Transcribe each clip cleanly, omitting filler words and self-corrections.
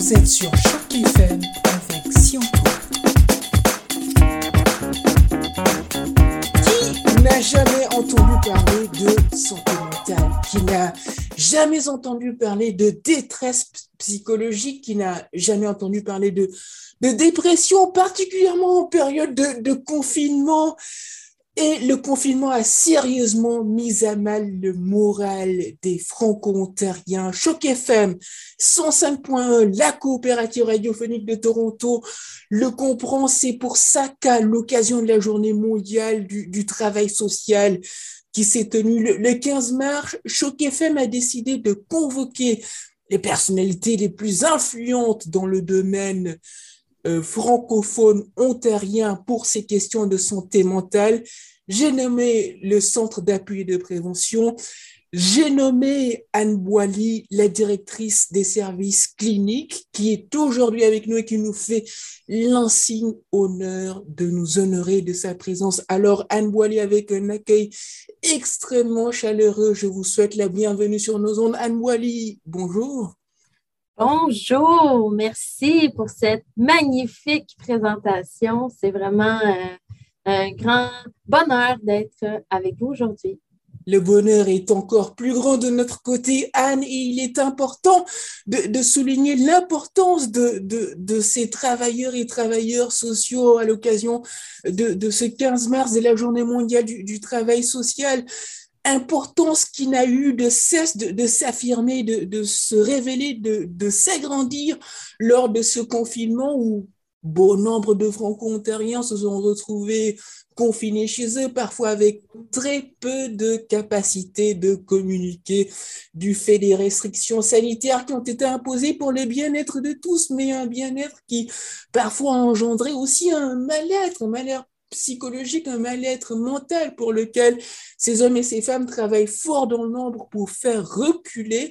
Vous êtes sur Choc FM avec Sionto. Qui n'a jamais entendu parler de santé mentale? Qui n'a jamais entendu parler de détresse psychologique? Qui n'a jamais entendu parler de dépression, particulièrement en période de confinement? Et le confinement a sérieusement mis à mal le moral des Franco-Ontariens. Choc FM 105.1, la coopérative radiophonique de Toronto, le comprend. C'est pour ça qu'à l'occasion de la journée mondiale du travail social qui s'est tenue le 15 mars, Choc FM a décidé de convoquer les personnalités les plus influentes dans le domaine francophone ontarien pour ces questions de santé mentale. J'ai nommé le Centre d'appui et de prévention. J'ai nommé Anne Boily, la directrice des services cliniques, qui est aujourd'hui avec nous et qui nous fait l'insigne honneur de nous honorer de sa présence. Alors, Anne Boily, avec un accueil extrêmement chaleureux, je vous souhaite la bienvenue sur nos ondes. Anne Boily, bonjour. Bonjour, merci pour cette magnifique présentation. C'est vraiment un grand bonheur d'être avec vous aujourd'hui. Le bonheur est encore plus grand de notre côté, Anne, et il est important de souligner l'importance de ces travailleurs et travailleurs sociaux à l'occasion de ce 15 mars de la Journée mondiale du travail social. Importance qui n'a eu de cesse de s'affirmer, de se révéler, de s'agrandir lors de ce confinement où bon nombre de Franco-Ontariens se sont retrouvés confinés chez eux, parfois avec très peu de capacité de communiquer du fait des restrictions sanitaires qui ont été imposées pour le bien-être de tous, mais un bien-être qui parfois a engendré aussi un mal-être psychologique, un mal-être mental pour lequel ces hommes et ces femmes travaillent fort dans le nombre pour faire reculer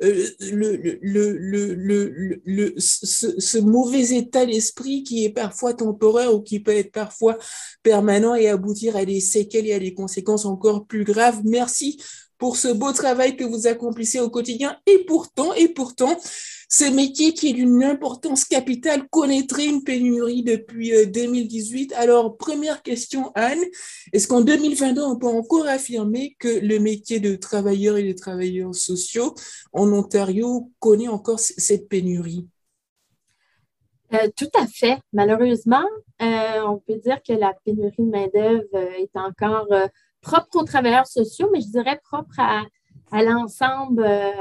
ce mauvais état d'esprit qui est parfois temporaire ou qui peut être parfois permanent et aboutir à des séquelles et à des conséquences encore plus graves. Merci pour ce beau travail que vous accomplissez au quotidien. Et pourtant, ce métier qui est d'une importance capitale connaîtrait une pénurie depuis 2018. Alors, première question, Anne, est-ce qu'en 2022, on peut encore affirmer que le métier de travailleur et de travailleurs sociaux en Ontario connaît encore cette pénurie? Tout à fait. Malheureusement, on peut dire que la pénurie de main-d'œuvre est encore propre aux travailleurs sociaux, mais je dirais propre à l'ensemble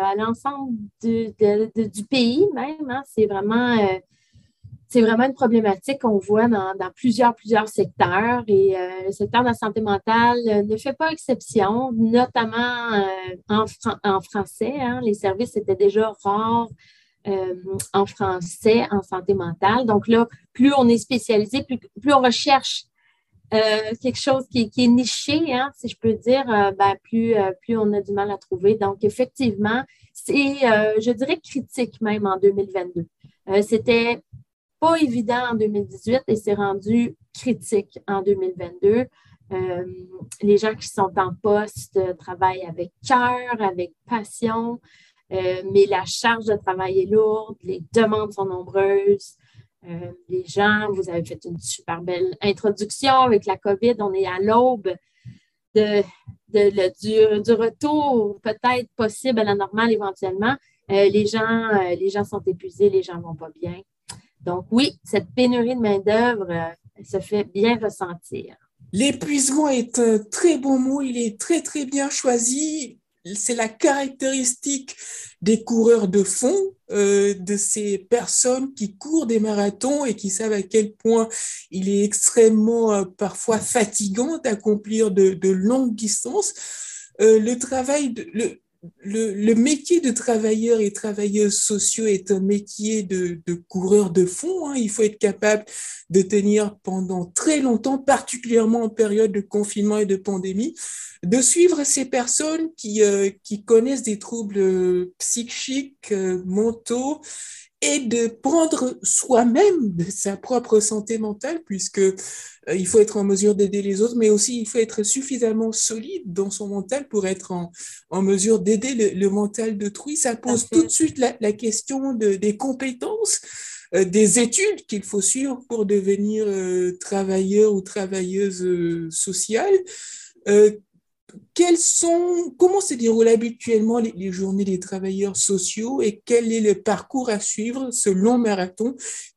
du pays même. Hein. C'est vraiment une problématique qu'on voit dans plusieurs secteurs et le secteur de la santé mentale ne fait pas exception, notamment en français. Hein. Les services étaient déjà rares en français, en santé mentale. Donc là, plus on est spécialisé, plus on recherche quelque chose qui est niché, hein, si je peux dire, plus on a du mal à trouver. Donc, effectivement, c'est, je dirais, critique même en 2022. C'était pas évident en 2018 et c'est rendu critique en 2022. Les gens qui sont en poste travaillent avec cœur, avec passion, mais la charge de travail est lourde, les demandes sont nombreuses. Les gens, vous avez fait une super belle introduction avec la COVID. On est à l'aube du retour peut-être possible à la normale éventuellement. Les gens sont épuisés, les gens ne vont pas bien. Donc oui, cette pénurie de main-d'œuvre se fait bien ressentir. L'épuisement est un très bon mot, il est très, très bien choisi. C'est la caractéristique des coureurs de fond, de ces personnes qui courent des marathons et qui savent à quel point il est extrêmement parfois fatigant d'accomplir de longues distances. Le métier de travailleur et travailleuse sociaux est un métier de coureur de fond. Hein. Il faut être capable de tenir pendant très longtemps, particulièrement en période de confinement et de pandémie, de suivre ces personnes qui connaissent des troubles psychiques, mentaux et de prendre soi-même de sa propre santé mentale, puisque il faut être en mesure d'aider les autres, mais aussi il faut être suffisamment solide dans son mental pour être en mesure d'aider le mental d'autrui. Ça pose tout de suite la question des compétences, des études qu'il faut suivre pour devenir travailleur ou travailleuse sociale. Euh, Comment se déroulent habituellement les journées des travailleurs sociaux et quel est le parcours à suivre, ce long marathon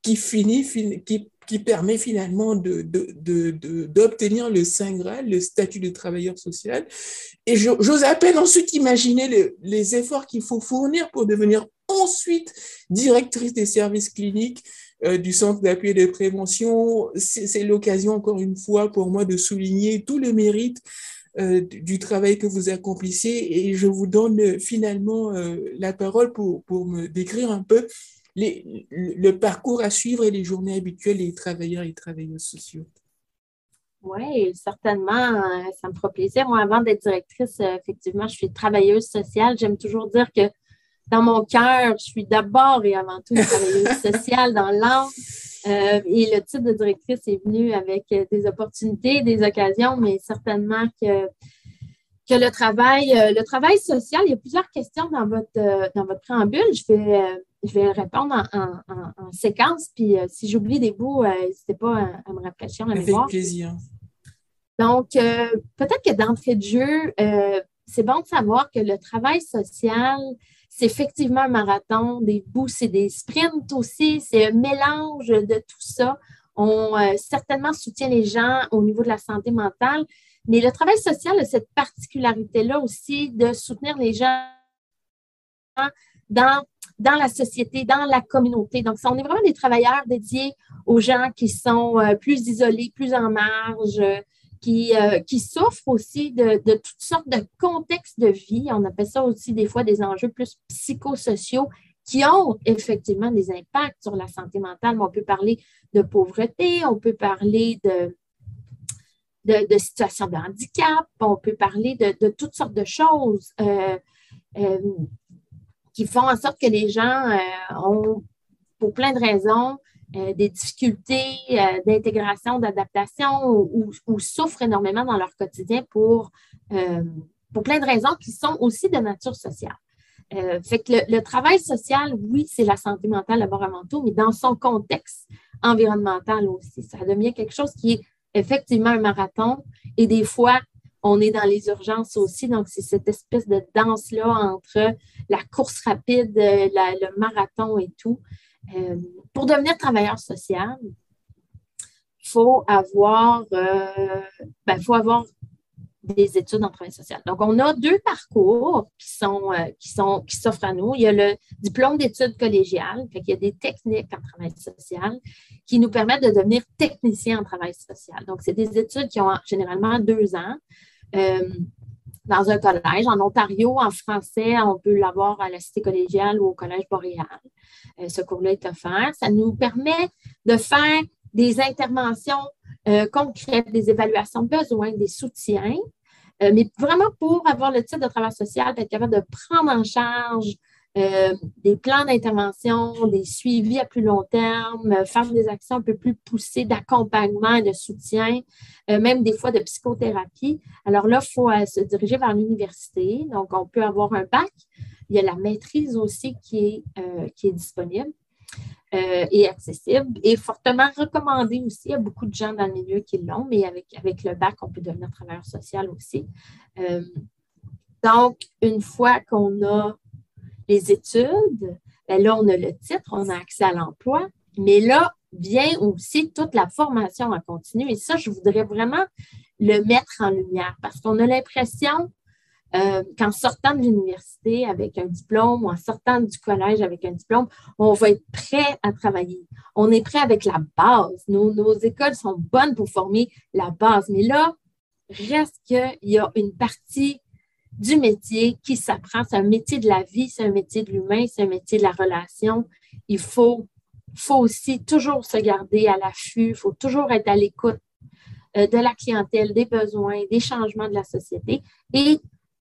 qui permet finalement d'obtenir le Saint Graal, le statut de travailleur social. Et j'ose à peine ensuite imaginer les efforts qu'il faut fournir pour devenir ensuite directrice des services cliniques du centre d'appui et de prévention. C'est l'occasion, encore une fois, pour moi de souligner tout le mérite du travail que vous accomplissez et je vous donne finalement la parole pour me décrire un peu le parcours à suivre et les journées habituelles des travailleurs et travailleuses sociaux. Oui, certainement, ça me fera plaisir. Moi, avant d'être directrice, effectivement, je suis travailleuse sociale. J'aime toujours dire que dans mon cœur, je suis d'abord et avant tout une travailleuse sociale dans l'âme. Et le titre de directrice est venu avec des opportunités, des occasions, mais certainement que le travail social, il y a plusieurs questions dans votre préambule. Je vais répondre en séquence, puis si j'oublie des bouts, n'hésitez pas à me rafraîchir la mémoire. Avec plaisir. Donc, peut-être que d'entrée de jeu, c'est bon de savoir que le travail social, c'est effectivement un marathon, des boosts et des sprints aussi. C'est un mélange de tout ça. On certainement soutient les gens au niveau de la santé mentale, mais le travail social a cette particularité-là aussi de soutenir les gens dans la société, dans la communauté. Donc, on est vraiment des travailleurs dédiés aux gens qui sont plus isolés, plus en marge, qui souffrent aussi de toutes sortes de contextes de vie. On appelle ça aussi des fois des enjeux plus psychosociaux qui ont effectivement des impacts sur la santé mentale. Mais on peut parler de pauvreté, on peut parler de situations de handicap, on peut parler de toutes sortes de choses qui font en sorte que les gens ont, pour plein de raisons, des difficultés d'intégration, d'adaptation ou souffrent énormément dans leur quotidien pour plein de raisons qui sont aussi de nature sociale. Fait que le travail social, oui, c'est la santé mentale d'abord avant tout, mais dans son contexte environnemental aussi. Ça devient quelque chose qui est effectivement un marathon et des fois, on est dans les urgences aussi. Donc, c'est cette espèce de danse-là entre la course rapide, le marathon et tout. Pour devenir travailleur social, il faut avoir des études en travail social. Donc, on a deux parcours qui s'offrent à nous. Il y a le diplôme d'études collégiales, fait qu'il y a des techniques en travail social qui nous permettent de devenir technicien en travail social. Donc, c'est des études qui ont généralement 2 ans. Dans un collège. En Ontario, en français, on peut l'avoir à la Cité collégiale ou au Collège Boréal. Ce cours-là est offert. Ça nous permet de faire des interventions concrètes, des évaluations de besoins, des soutiens, mais vraiment pour avoir le titre de travailleur social, être capable de prendre en charge des plans d'intervention, des suivis à plus long terme, faire des actions un peu plus poussées d'accompagnement et de soutien, même des fois de psychothérapie. Alors là, il faut se diriger vers l'université. Donc, on peut avoir un bac. Il y a la maîtrise aussi qui est disponible et accessible et fortement recommandée aussi. Il y a beaucoup de gens dans le milieu qui l'ont, mais avec le bac, on peut devenir travailleur social aussi. Donc, une fois qu'on a les études, bien là, on a le titre, on a accès à l'emploi, mais là vient aussi toute la formation en continu. Et ça, je voudrais vraiment le mettre en lumière parce qu'on a l'impression qu'en sortant de l'université avec un diplôme ou en sortant du collège avec un diplôme, on va être prêt à travailler. On est prêt avec la base. Nos écoles sont bonnes pour former la base. Mais là, reste qu'il y a une partie du métier qui s'apprend. C'est un métier de la vie, c'est un métier de l'humain, c'est un métier de la relation. Il faut aussi toujours se garder à l'affût, il faut toujours être à l'écoute de la clientèle, des besoins, des changements de la société et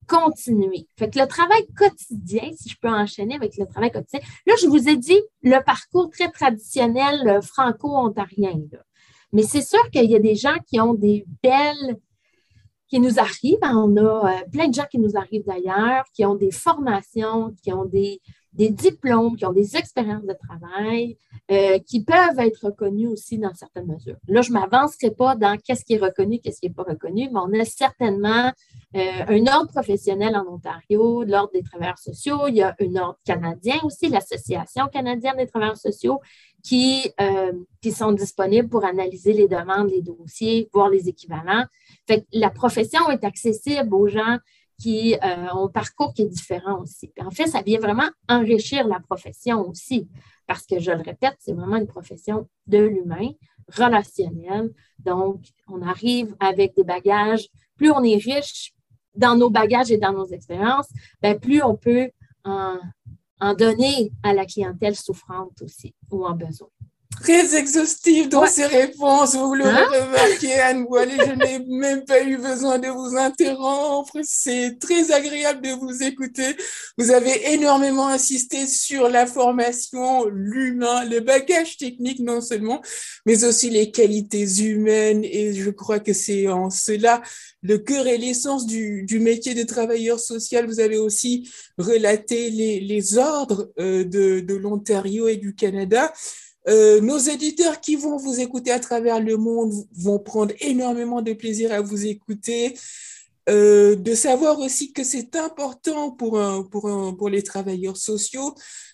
continuer. Fait que le travail quotidien, si je peux enchaîner avec le travail quotidien, là, je vous ai dit le parcours très traditionnel franco-ontarien, là. Mais c'est sûr qu'il y a des gens qui ont des belles qui nous arrivent. On a plein de gens qui nous arrivent d'ailleurs, qui ont des formations, qui ont des diplômes, qui ont des expériences de travail, qui peuvent être reconnus aussi dans certaines mesures. Là, je ne m'avancerai pas dans qu'est-ce qui est reconnu, qu'est-ce qui n'est pas reconnu, mais on a certainement un ordre professionnel en Ontario, l'Ordre des travailleurs sociaux. Il y a un ordre canadien aussi, l'Association canadienne des travailleurs sociaux, qui sont disponibles pour analyser les demandes, les dossiers, voir les équivalents. Fait que la profession est accessible aux gens qui ont un parcours qui est différent aussi. Puis en fait, ça vient vraiment enrichir la profession aussi, parce que, je le répète, c'est vraiment une profession de l'humain, relationnel. Donc, on arrive avec des bagages. Plus on est riche dans nos bagages et dans nos expériences, bien, plus on peut en donner à la clientèle souffrante aussi ou en besoin. Très exhaustif dans ses réponses, vous l'aurez remarqué, Anne Boillet, je n'ai même pas eu besoin de vous interrompre. C'est très agréable de vous écouter. Vous avez énormément insisté sur la formation, l'humain, le bagage technique non seulement, mais aussi les qualités humaines. Et je crois que c'est en cela le cœur et l'essence du métier de travailleur social. Vous avez aussi relaté les ordres de l'Ontario et du Canada. Nos éditeurs qui vont vous écouter à travers le monde vont prendre énormément de plaisir à vous écouter. De savoir aussi que c'est important pour les travailleurs sociaux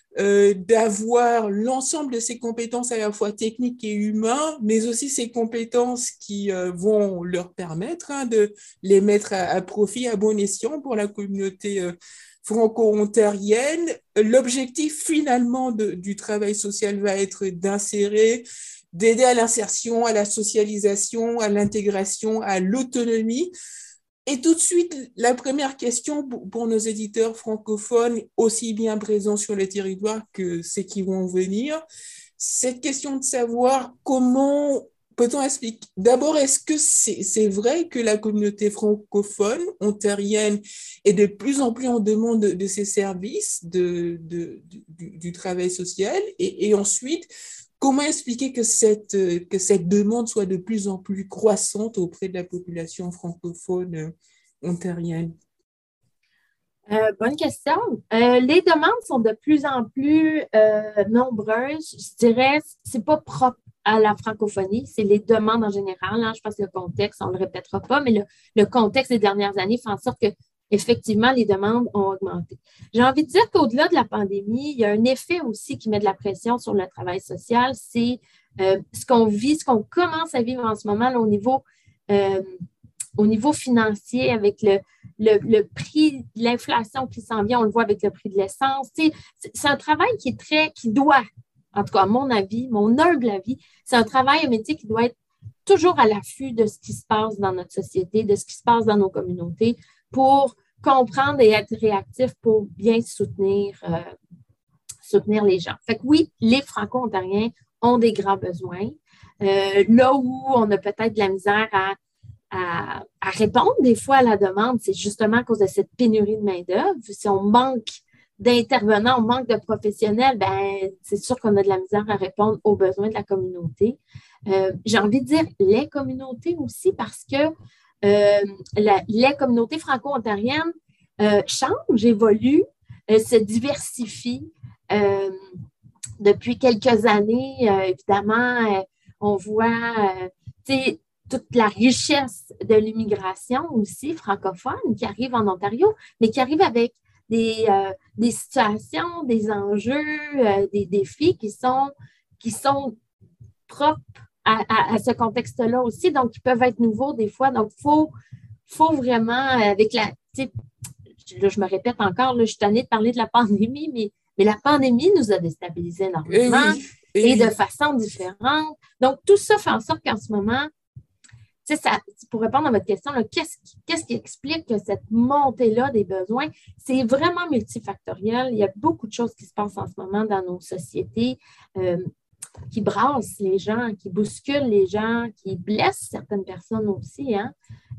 d'avoir l'ensemble de ces compétences à la fois techniques et humaines, mais aussi ces compétences qui vont leur permettre de les mettre à profit, à bon escient pour la communauté franco-ontarienne. L'objectif finalement du travail social va être d'insérer, d'aider à l'insertion, à la socialisation, à l'intégration, à l'autonomie. Et tout de suite, la première question pour nos éditeurs francophones, aussi bien présents sur le territoire que ceux qui vont venir, cette question de savoir comment peut-on expliquer. D'abord, est-ce que c'est vrai que la communauté francophone ontarienne est de plus en plus en demande de ces services du travail social? Et ensuite, comment expliquer que cette demande soit de plus en plus croissante auprès de la population francophone ontarienne? Bonne question. Les demandes sont de plus en plus nombreuses. Je dirais, c'est pas propre à la francophonie, c'est les demandes en général. Hein. Je pense que le contexte, on ne le répétera pas, mais le contexte des dernières années fait en sorte que effectivement, les demandes ont augmenté. J'ai envie de dire qu'au-delà de la pandémie, il y a un effet aussi qui met de la pression sur le travail social. C'est ce qu'on vit, ce qu'on commence à vivre en ce moment là, au niveau financier, avec le prix, l'inflation qui s'en vient, on le voit avec le prix de l'essence. C'est un travail qui doit, en tout cas à mon avis, mon humble avis, c'est un travail, un métier qui doit être toujours à l'affût de ce qui se passe dans notre société, de ce qui se passe dans nos communautés, pour comprendre et être réactif pour bien soutenir les gens. Fait que oui, les Franco-Ontariens ont des grands besoins. Là où on a peut-être de la misère à répondre des fois à la demande, c'est justement à cause de cette pénurie de main-d'œuvre. Si on manque d'intervenants, on manque de professionnels, ben c'est sûr qu'on a de la misère à répondre aux besoins de la communauté. J'ai envie de dire les communautés aussi parce que les communautés franco-ontariennes changent, évoluent, se diversifient. Depuis quelques années, évidemment, on voit toute la richesse de l'immigration aussi francophone qui arrive en Ontario, mais qui arrive avec des situations, des enjeux, des défis qui sont propres à ce contexte-là aussi, donc qui peuvent être nouveaux des fois. Donc, il faut vraiment, avec là, je me répète encore, là, je suis tannée de parler de la pandémie, mais la pandémie nous a déstabilisés énormément et de façon différente. Donc, tout ça fait en sorte qu'en ce moment, pour répondre à votre question, là, qu'est-ce qui explique que cette montée-là des besoins, c'est vraiment multifactoriel. Il y a beaucoup de choses qui se passent en ce moment dans nos sociétés qui brassent les gens, qui bousculent les gens, qui blessent certaines personnes aussi. Hein?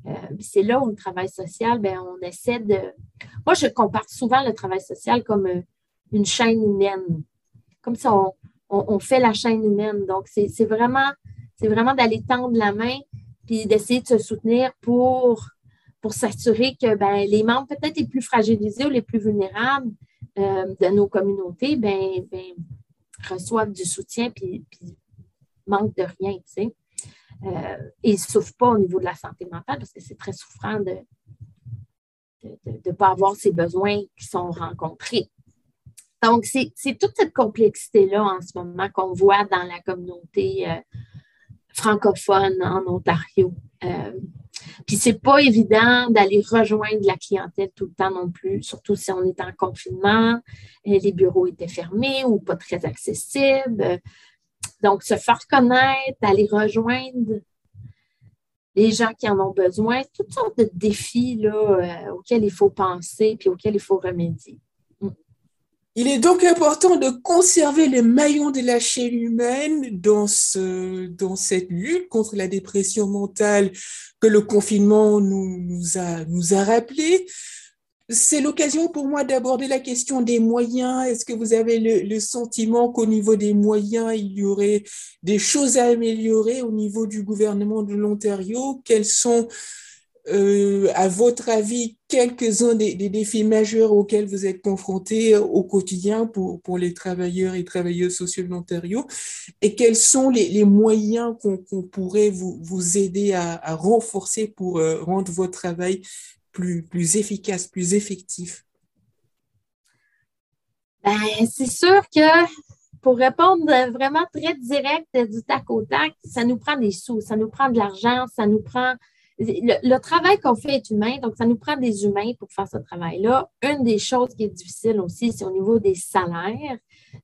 C'est là où le travail social, bien, on essaie de... Moi, je compare souvent le travail social comme une chaîne humaine. Comme si on fait la chaîne humaine. Donc, c'est vraiment d'aller tendre la main puis d'essayer de se soutenir pour s'assurer que ben, les membres peut-être les plus fragilisés ou les plus vulnérables de nos communautés ben, reçoivent du soutien puis manquent de rien, tu sais. Et ils ne souffrent pas au niveau de la santé mentale parce que c'est très souffrant de ne pas avoir ces besoins qui sont rencontrés. Donc, c'est toute cette complexité-là en ce moment qu'on voit dans la communauté francophone en Ontario. Puis, c'est pas évident d'aller rejoindre la clientèle tout le temps non plus, surtout si on est en confinement, les bureaux étaient fermés ou pas très accessibles. Donc, se faire connaître, aller rejoindre les gens qui en ont besoin, toutes sortes de défis là, auxquels il faut penser puis auxquels il faut remédier. Il est donc important de conserver les maillons de la chaîne humaine dans cette lutte contre la dépression mentale que le confinement nous a rappelé. C'est l'occasion pour moi d'aborder la question des moyens. Est-ce que vous avez le sentiment qu'au niveau des moyens, il y aurait des choses à améliorer au niveau du gouvernement de l'Ontario? Quels sont, à votre avis, quelques-uns des défis majeurs auxquels vous êtes confrontés au quotidien pour les travailleurs et travailleuses sociaux de l'Ontario? Et quels sont les moyens qu'on pourrait vous aider à renforcer pour rendre votre travail plus efficace, plus effectif? Ben, c'est sûr que pour répondre vraiment très direct du tac au tac, ça nous prend des sous, ça nous prend de l'argent, ça nous prend... Le travail qu'on fait est humain, donc ça nous prend des humains pour faire ce travail-là. Une des choses qui est difficile aussi, c'est au niveau des salaires.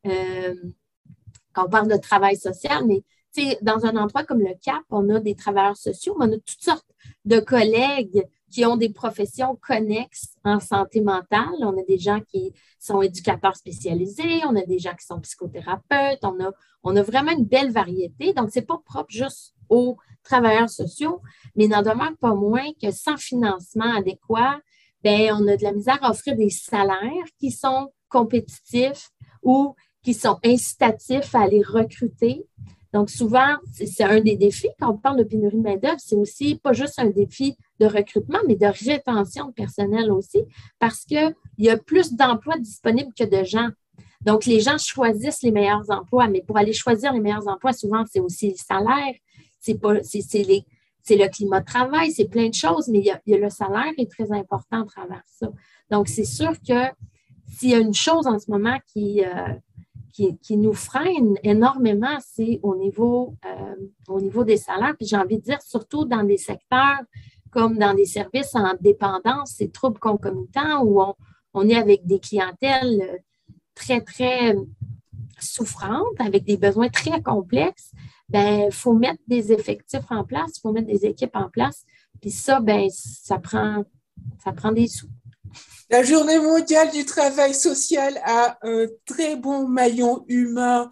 Quand on parle de travail social, mais dans un endroit comme le CAP, on a des travailleurs sociaux, mais on a toutes sortes de collègues qui ont des professions connexes en santé mentale. On a des gens qui sont éducateurs spécialisés, on a des gens qui sont psychothérapeutes, on a vraiment une belle variété. Donc, ce n'est pas propre juste aux travailleurs sociaux, mais il n'en demeure pas moins que sans financement adéquat, bien, on a de la misère à offrir des salaires qui sont compétitifs ou qui sont incitatifs à aller recruter. Donc, souvent, c'est un des défis. Quand on parle de pénurie de main-d'œuvre, c'est aussi pas juste un défi de recrutement, mais de rétention de personnel aussi, parce qu'il y a plus d'emplois disponibles que de gens. Donc, les gens choisissent les meilleurs emplois, mais pour aller choisir les meilleurs emplois, souvent, c'est aussi le salaire, c'est le climat de travail, c'est plein de choses, mais il y a le salaire qui est très important à travers ça. Donc, c'est sûr que s'il y a une chose en ce moment qui nous freine énormément, c'est au niveau des salaires. Puis j'ai envie de dire, surtout dans des secteurs comme dans des services en dépendance, ces troubles concomitants où on est avec des clientèles très, très souffrantes, avec des besoins très complexes. Bien, il faut mettre des effectifs en place, il faut mettre des équipes en place. Puis ça, bien, ça prend des sous. La Journée mondiale du travail social a un très bon maillon humain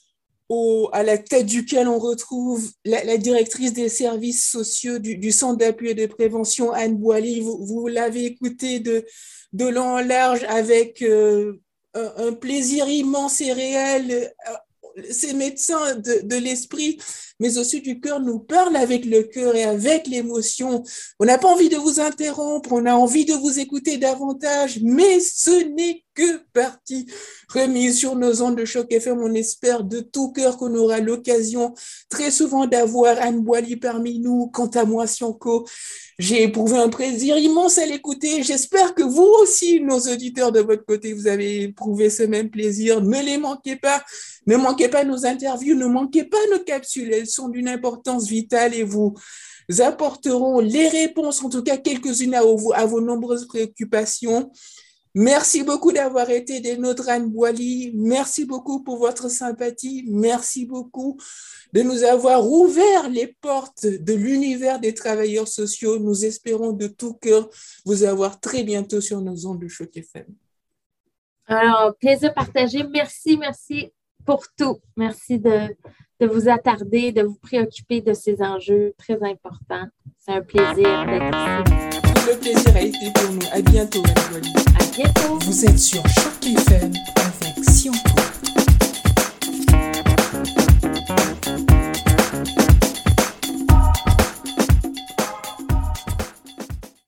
à la tête duquel on retrouve la directrice des services sociaux du Centre d'appui et de prévention, Anne Boily. Vous l'avez écoutée de long en large avec un plaisir immense et réel. Ces médecins de l'esprit, mais aussi du cœur, nous parlent avec le cœur et avec l'émotion. On n'a pas envie de vous interrompre, on a envie de vous écouter davantage, mais ce n'est que partie remise sur nos ondes de Choc FM. On espère de tout cœur qu'on aura l'occasion très souvent d'avoir Anne Boily parmi nous. Quant à moi, Sianco, j'ai éprouvé un plaisir immense à l'écouter. J'espère que vous aussi, nos auditeurs de votre côté, vous avez éprouvé ce même plaisir. Ne les manquez pas. Ne manquez pas nos interviews, ne manquez pas nos capsules. Elles sont d'une importance vitale et vous apporteront les réponses, en tout cas quelques-unes à vos nombreuses préoccupations. Merci beaucoup d'avoir été des nôtres, Anne Boily. Merci beaucoup pour votre sympathie. Merci beaucoup de nous avoir ouvert les portes de l'univers des travailleurs sociaux. Nous espérons de tout cœur vous avoir très bientôt sur nos ondes de Choc FM. Alors, plaisir partagé. Merci, merci. pour tout. Merci de vous attarder, de vous préoccuper de ces enjeux très importants. C'est un plaisir d'être ici. Tout le plaisir a été pour nous. À bientôt, Anne-Goualie. À bientôt. Vous êtes sur Choc FM avec Scienco.